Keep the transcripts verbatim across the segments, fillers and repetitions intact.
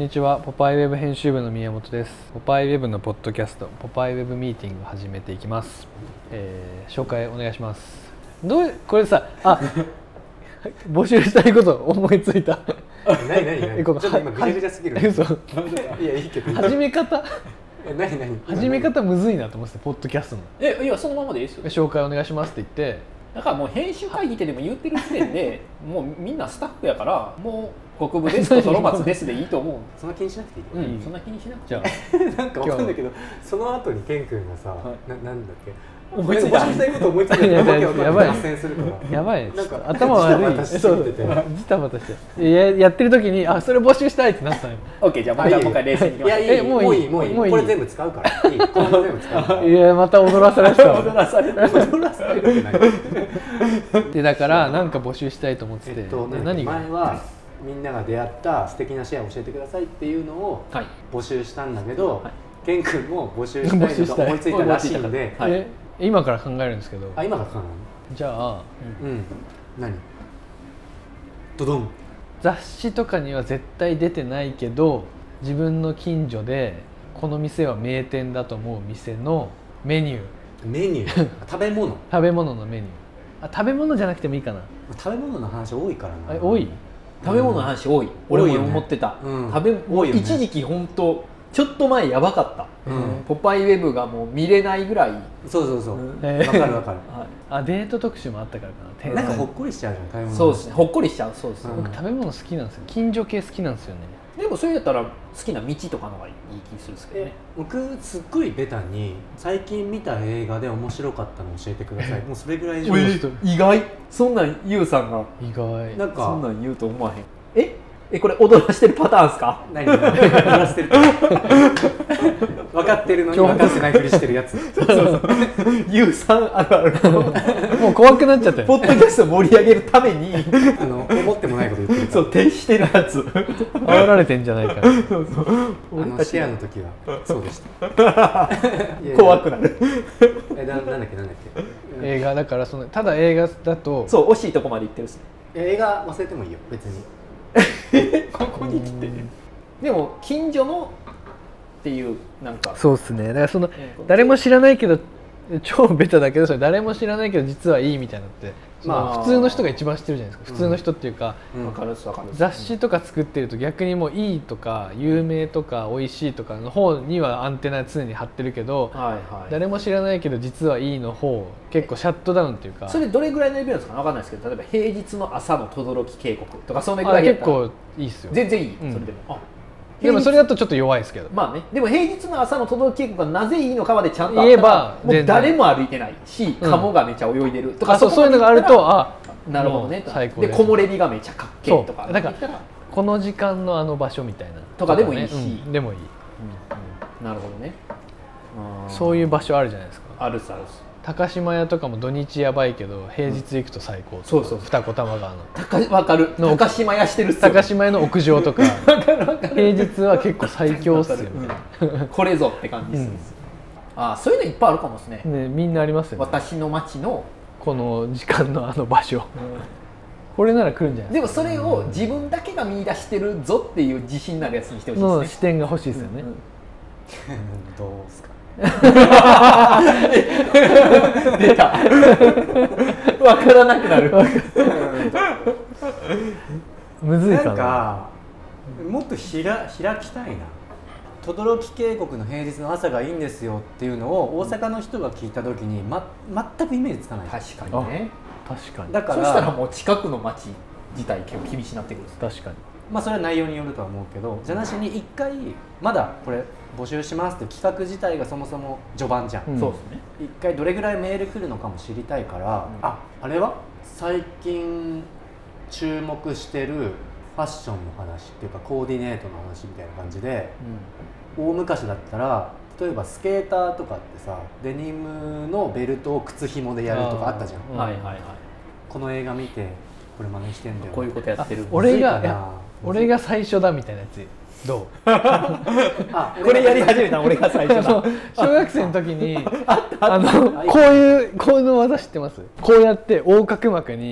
にちは。ポパイウェブ編集部の宮本です。ポパイウェブのポッドキャストポパイウェブミーティングを始めていきます。えー、紹介お願いします。どうこれさあ募集したいこと思いついた。 何何何ちょっと今ぐちゃぐちゃすぎる。 嘘。 いやいいけど始め方何何始め方むずいなと思ってポッドキャストのえいやそのままでいいですよ。 紹介お願いしますって言ってだからもう編集会議ってでも言ってる時点でもうみんなスタッフやからもう国分ですとソロマツですでいいと思う。 そんな気にしなくていい、 うん、そんな気にしなくてじゃあなんかわかんないけどその後にケン君がさ、はい、な, なんだっけ思いついた募集したいこと思いついたらわけわかんない脱線するからやばいなんか頭悪いジタバタしすぎててジタバタしてや, やってる時にあそれ募集したいってなったのよ。 オッケーじゃあもう一回もう一回冷静にいきましょう。 いやいいえもういいもういいもういいこれ全部使うからいいこれ全部使うからいやまた踊らされてた踊らされる踊らされるってないでだからなんか募集したいと思ってて、 えっと、 で何が前はみんなが出会った素敵なシェアを教えてくださいっていうのを募集したんだけど、はい、ケン君も募集したいのと思いついたらしいので、 はい、今から考えるんですけどあ今から考えるのじゃあ、 うん、何ドドン雑誌とかには絶対出てないけど自分の近所でこの店は名店だと思う店のメニューメニュー食べ物食べ物のメニューあ食べ物じゃなくてもいいかな。 食べ物の話多いからな。 多い食べ物の話多い、うん、俺も思ってた、うん、食べ多いよね。一時期本当ちょっと前やばかった、うん、ポパイウェブがもう見れないぐらい。 そうそうそう、うんえー、 分かる分かる、 はい、あデート特集もあったからかな。 なんかほっこりしちゃうじゃん食べ物。 そうですねほっこりしちゃう。そうです、 うん、僕食べ物好きなんですよ。近所系好きなんですよね。 でもそれやったら好きな道とかの方がいい気するんですけどね。 僕すっごいベタに最近見た映画で面白かったの教えてください。もうそれぐらいじゃ意外そんなんユウさんが意外なんかそんなん言うと思わへん。ええこれ踊らしてるパターンですか？ 何踊らしてる分かってるのに分かってないふりしてるやつ。 そうそうそうユウさんあるあるもう怖くなっちゃったよ。 ポッドキャスト盛り上げるためにあの思ってもないこと言ってるそう徹してるやつ煽られてんじゃないかな。そうそうあのシェアの時はそうでした怖くなるえななんだっけなんだっけ映画だからそのただ映画だとそう惜しいとこまで行ってるっすね。 映画忘れてもいいよ別にここに来てでも近所のっていうなんかそうっすね。だからその誰も知らないけど超ベタだけどそれ誰も知らないけど実はいいみたいなのってまあ普通の人が一番知ってるじゃないですか。普通の人っていうか、 うん、分かる分かる。 雑誌とか作ってると逆にもういいとか有名とか美味しいとかの方にはアンテナ常に張ってるけど、 はいはい、 誰も知らないけど実はいいの方結構シャットダウンっていうか。 それどれぐらいのレベルですか分かんないですけど例えば平日の朝の轟渓谷とかそのぐらいやったら結構いいっすよ。 全然いい、 うん、 それでもあでもそれだとちょっと弱いですけどまあねでも平日の朝の轟渓谷がなぜいいのかまでちゃんと言えばもう誰も歩いてないし、うん、カモがめちゃ泳いでるとか、 うん、そうそういうのがあるとあなるほどね最高で木漏れ日がめちゃかっけえとかだからこの時間のあの場所みたいなとかでもいいし、 うん、でもいい、うんうん、なるほどね。 そういう場所あるじゃないですか。 あるっすあるっす。 高島屋とかも土日やばいけど平日行くと最高、うん、 そうそう二子玉川の高分かる高島屋してるっすよ、ね、 高島屋の屋上とか平日は結構最強っすよ、 うん、これぞって感じです、うん、あそういうのいっぱいあるかもですね。 ねみんなありますよね。 私の街のこの時間のあの場所、うん、これなら来るんじゃないですか。でもそれを自分だけが見出してるぞっていう自信なるやつにしてほしいですね。 の視点が欲しいですよね、うんうん、 どうですか出た分からなくなるむずいかな。 なんかもっとひら開きたいな。轟渓谷の平日の朝がいいんですよっていうのを大阪の人が聞いた時に、ま、全くイメージつかない。 確かにね。 確かに。 だからそしたらもう近くの街自体結構厳しいなってくるんです。 確かに。 まあそれは内容によるとは思うけどじゃなしに一回まだこれ募集しますって企画自体がそもそも序盤じゃん、 うん、そうですね。 一回どれぐらいメール来るのかも知りたいから、うん、ああれは最近注目してるファッションの話っていうかコーディネートの話みたいな感じで、うん、大昔だったら例えばスケーターとかってさデニムのベルトを靴紐でやるとかあったじゃん、 うん、はいはいはい。 この映画見てこれ真似してんだよこういうことやってる。 俺がいや俺が最初だみたいなやつどうあこれやり始めた俺が最初だ小学生の時にあのこういうこういうの技知ってます？こうやって横隔膜に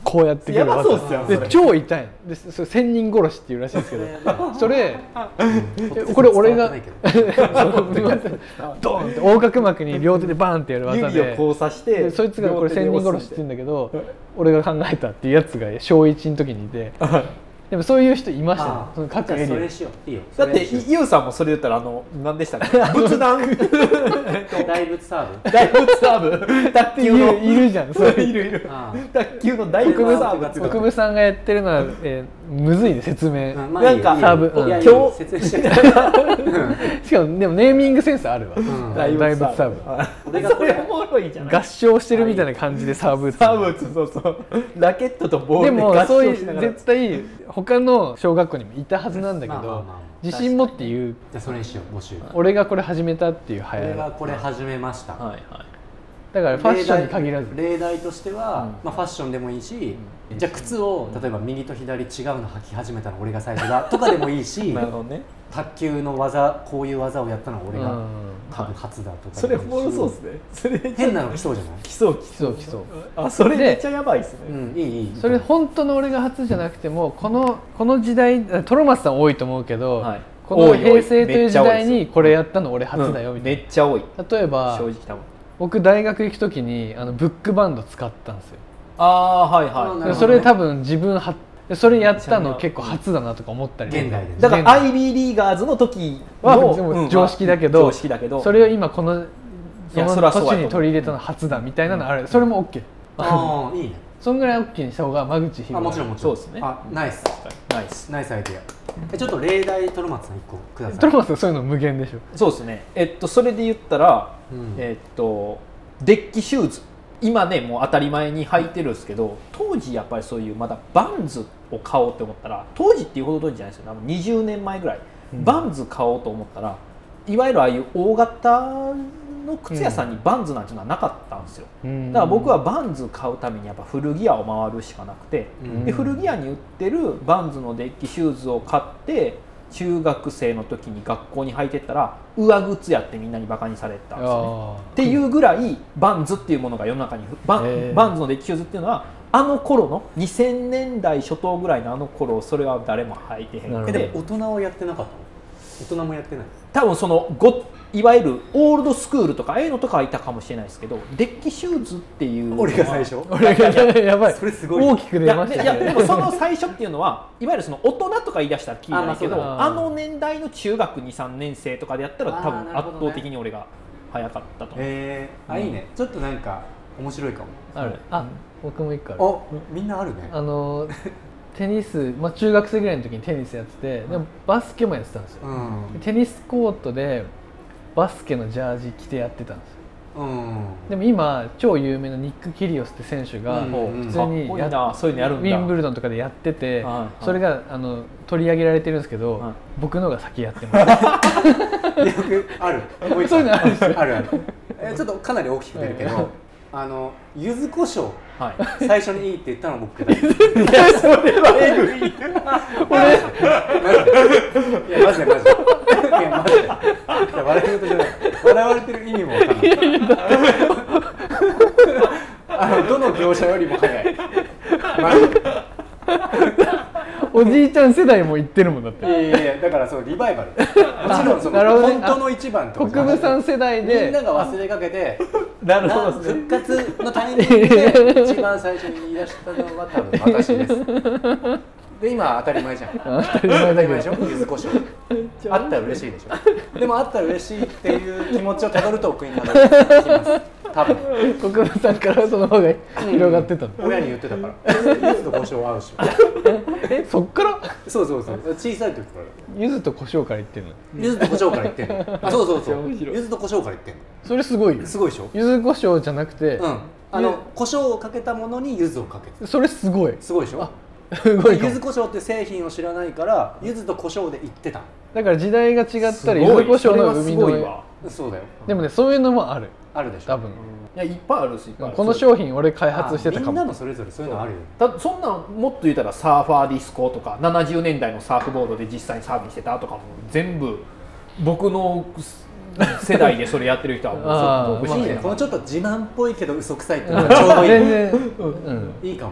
こうやってくるやばそうっすよでそれ超痛いでそれ千人殺しっていうらしいんですけどそれうんこれ俺が伝わってないけどドーンって横隔膜に両手でバーンってやる技指をで交差してでそいつがこれ千人殺しって言うんだけど俺が考えたっていうやつが小いちの時にいてでもそういう人いましたねあその各じゃあエリアそれしよういいよだってそれしよユウさんもそれ言ったらあの何でしたっけ仏壇う大仏サーブ大仏サーブ卓ってい球のるいるじゃんそういういるいるあ卓球の大仏サーブっていう国分さんがやってるのは、えー、むずいね説明、 うんまあなんかいいよサーブうんいやいや今日説明してしかもでもネーミングセンスあるわ、 ん大仏サーブ俺がこれそれおもろいじゃない合唱してるみたいな感じでサーブ打つサーブ打つそうそうラケットとボーでルで合もそういう唱しながら絶対他の小学校にもいたはずなんだけど、 まあまあまあ自信持って言うじゃあそれにしよう募集俺がこれ始めたっていう流俺行がこれ始めました、 はいはいだからファッションに限らず例題としては、 うんまあ、ファッションでもいいし、じゃあ靴を例えば右と左違うの履き始めたの俺が最初だとかでもいいしなるほどね卓球の技こういう技をやったのは俺がうん多分初だとかそれでもいいしおもろそうですねそれ変なの来そうじゃない来そう来基礎基礎あそれめっちゃやばいですねうんいいいいそれ本当の俺が初じゃなくてもこのこの時代トロマスさん多いと思うけど、 はいこの多い多い平成という時代にこれやったの俺初だようんみたいめっちゃ多いな、例えば正直多分僕大学行く時にあのブックバンド使ったんですよああはいあーなるほどねでそれ多分自分はでそれやったの結構初だなとか思ったり現代でねだから現代アイビー リーガーズの時はのでもうん常識だけど常識だけどそれを今このいそのやそらそうやと思う年に取り入れたの初だみたいなのあるそれも OK ああいいねそんぐらい OK にした方が間口広あいもちろんもちろんそうですねあナイスナイスナイスアイディアえちょっと例題トロマツさんいっこくださいトロマスはそういうの無限でしょそうですねえっとそれで言ったら、 うんえっとデッキシューズ今ねもう当たり前に履いてるんですけど当時やっぱりそういうまだバンズを買おうって思ったら当時っていうほど当時じゃないですよあのにじゅうねんまえぐらい、 うんバンズ買おうと思ったらいわゆるああいう大型の靴屋さんにバンズなんていうのはなかったんですよ、だから僕はバンズ買うためにやっぱ古着屋を回るしかなくて、 うんで古着屋に売ってるバンズのデッキシューズを買って中学生の時に学校に履いてったら上靴やってみんなにバカにされたんですよねあっていうぐらいバンズっていうものが世の中にバン,、 へーバンズのデッキシューズっていうのはあの頃のにせんねんだい初頭ぐらいのあの頃それは誰も履いてへんなるほどえででも大人をやってなかったの大人もやってない多分そのごいわゆるオールドスクールとかああいうのとかはいたかもしれないですけどデッキシューズっていうのは俺が最初あ俺がやばいそれすごい大きくいや出ましたいやでねもその最初っていうのはいわゆるその大人とか言い出したら聞いないけどああ,、 まあそうだの年代の中学にさんねん生とかでやったら多あー分なるほどね圧倒的に俺が早かったと思う、 えー、あいいねちょっとなんか面白いかもあるあ僕も一個あるおみんなあるねあのテニス、まあ、中学生ぐらいの時にテニスやっててでもバスケもやってたんですよ、 うんテニスコートでバスケのジャージ着てやってたんですようんでも今超有名なニック・キリオスって選手がうん普通かっこいいにやなそういうのやるんだウィンブルドンとかでやってて、 はいはいそれがあの取り上げられてるんですけど、 はい僕のが先やってますよくあるも一個そういうのあるんですよあるあるえちょっとかなり大きく出るけどあの柚子胡椒はい最初にいいって言ったの僕だいいやそれはえぐいいやマジでマジでいやマジでいや笑い事じゃない笑われてる意味もわかんないあのどの業者よりも早いマジでおじいちゃん世代も言ってるもんだっていやいやいやだからそうリバイバルもちろんそのなるほどね本当の一番とかじゃ国なくて分さん世代みでんなが忘れかけてなるほどですね復活のタイミングで一番最初に言い出したのは多分私ですで今当たり前じゃん当たり前だけ当たり前でしょど柚子胡椒あったら嬉しいでしょでもあったら嬉しいっていう気持ちをたどると奥にたどり着きます多分国分さんからその方が広がってたの、 親に言ってたから柚子と胡椒合うしえそっからそうそうそう小さい時から柚子と胡椒から言ってるの柚子と胡椒から言ってんのあそうそうそう面白い柚子と胡椒から言ってんのそれすごいよすごいでしょ柚子胡椒じゃなくて、 うんあの胡椒をかけたものに柚子をかけてそれすごいすごいでしょすごいかも柚子胡椒って製品を知らないから柚子と胡椒で言ってただから時代が違ったらすごい柚子胡椒の生みそれはすごいのわそうだよでもねそういうのもあるあるでしょ多分、 いやいっぱいあるしいっぱいあるこの商品俺開発してたあみんかもなのそれぞれそういうのあるよだそんなんもっと言ったらサーファーディスコとかななじゅうねんだいのサーフボードで実際にサーフィンしてたとかも全部僕の世代でそれやってる人はもうあーそういいねこのちょっと自慢っぽいけど嘘くさいっていうのがちょうどいい全然、うん、 いいかも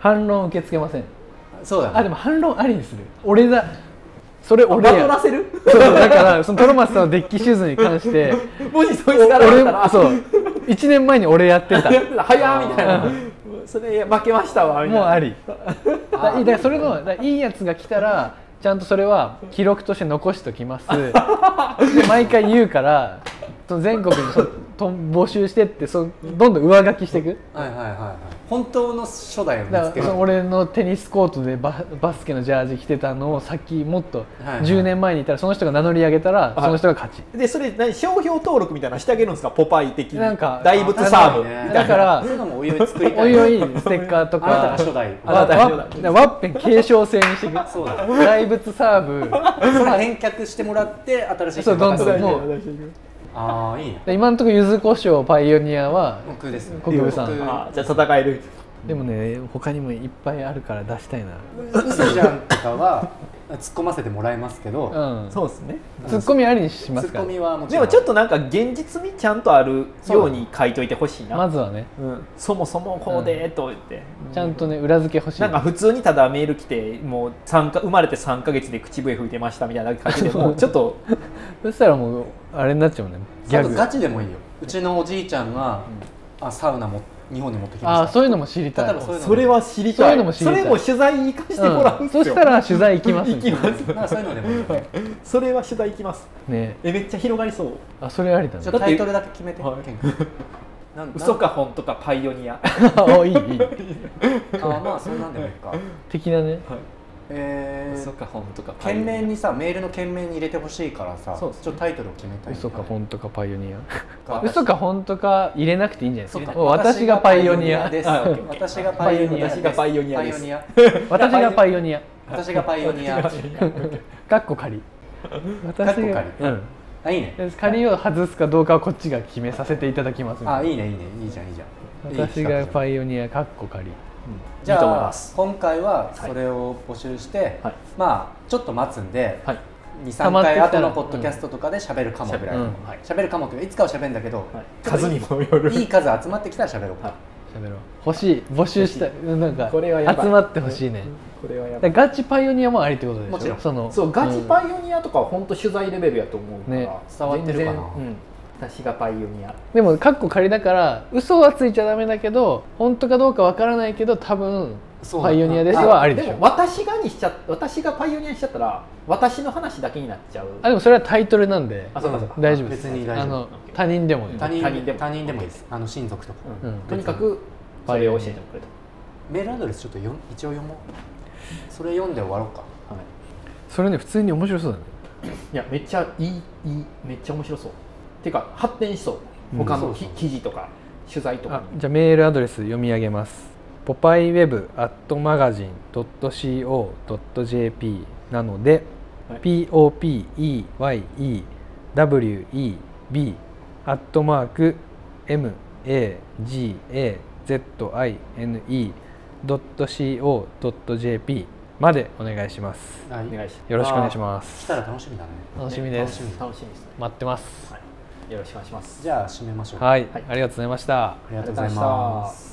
反論受け付けません。 そうだね。 あでも反論ありにする。俺だそれ俺やバトらせるそうだからそのトロマスさんのデッキシューズに関してもしそいつが現れたら俺そういちねんまえに俺やってた早っみたいな、それ負けましたわみたいな。 もうありだだからそれのだいいやつが来たらちゃんとそれは記録として残しておきますで毎回言うからその全国にそと募集してってそどんどん上書きしていく。 はいはいはいはい。本当の初代を見だつける。 からその俺のテニスコートで バ, バスケのジャージ着てたのをさっきもっとはいはいじゅうねんまえにいたらその人が名乗り上げたらいその人が勝ち。 でそれ何商標登録みたいなのしてあげるんですか、ポパイ的に。 なんか大仏サーブみあたいな。 だからそういうのもおいおい作りたい。 おいおいステッカーとあなたがか初代。 あなたがわわワッペン継承制にしていく。 そうだ。 大仏サーブそれ返却してもらって新しいそうどんどんのもうああいいね。 で今のところ柚子胡椒パイオニアは僕ですね。 国分さん僕あじゃあ戦える。 でもね他にもいっぱいあるから出したいな。 嘘じゃんとかは突っ込ませてもらいますけど、 うんそうですね。 ツッコミありにしますからツッコミはもちでろん。 もちょっとなんか現実味ちゃんとあるように書いといてほしいな。 まずはねうん、そもそもこうでと言って、 ちゃんとね裏付け欲しい。 なんか普通にただメール来てもうさんか生まれてさんかげつで口笛吹いてましたみたいな感じでもうちょっとそしたらもうあれになっちゃうもんねギャグ。 あとガチでもいいよ。うちのおじいちゃんが、あサウナも日本に持ってきました。 あそういうのも知りたい。 例えばそういうのそれは知りそうたい。 いうのも知りたいそれも取材行かしてもらうんですよ。 うん、そしたら取材行きます行きます。 なんかそういうのでもいいよね。 それは取材行きます。 ね。 えめっちゃ広がりそう。 あそれありだねちょっとタイトルだけ決めて。 はいケン君なん嘘か本とかパイオニア。 あいいいいあまあそんなんでもいいか。 的なね。 えー、 嘘か本とかパイオニア。 懸命にさメールの懸命に入れてほしいからさ、 そうですねちょっとタイトルを決めたい。 嘘か本当かパイオニア。 か嘘か本当か入れなくていいんじゃないですか。 そうかもう私がパイオニアです。 あ私がパイオニアです。 私がパイオニアですパイオニア。 私がパイオニア。 私がパイオニア。 かっこ仮。私かっこが仮うん。 あいいね。 で仮を外すかどうかはこっちが決めさせていただきます。 あいいねいいねいいじゃんいいじゃん。 私がパイ。 イオニアかっこ仮。 じいいと思いゃあます。 今回はそれを募集して、 はいまあちょっと待つんで、 はい。 にさんかい後のポッドキャストとかで喋るかも喋るうんはい喋るかもというかいつかは喋るんだけど、 はい数にもよる。 いい数集まってきたら喋ろうか。 はい喋ろう。欲しい募集したい。なんかこれはやばい集まってほしいね。 これはやばい。 だからガチパイオニアもありってことでしょ。 もちろんそのそうガチイパイオニアとかは本当取材レベルやと思うから、 ね伝わってるかな全然うん、私がパイオニア。 でもカッコ仮だから嘘はついちゃダメだけど本当かどうかわからないけど多分そうだパイオニアですはありでしょ。 でも私がにしちゃ私がパイオニアにしちゃったら私の話だけになっちゃう。 あでもそれはタイトルなんであそうかそうか。 大丈夫です。 別に大丈夫あの他人でもね他人他人でも他人でもいいです。あの親族とか、 うんうんとにかくそれを教えてくれと。 メールアドレスちょっとよ一応読もう。それ読んで終わろうか。 はい。 それね普通に面白そうだね。 いやめっちゃいいいいめっちゃ面白そう。っていうか発展しそう。 うん他のそうそうき記事とか取材とかあに。 じゃあメールアドレス読み上げます。ポパイウェブアットマガジンドットシーオードットジェーピー なので、 はいピーオーピーイーワイイーダブリューイービー アットマーク エムエージーエーゼットアイエヌイー ドットシーオードットジェーピー までお願いします。 はいお願いします。 よろしくお願いしま来す。 たら楽しみだね。 楽しみです。 楽しみ楽しみですね。 待ってます。 はい。よろしくお願いします。 じゃあ締めましょう。 はい、 はいありがとうございました。 ありがとうございます。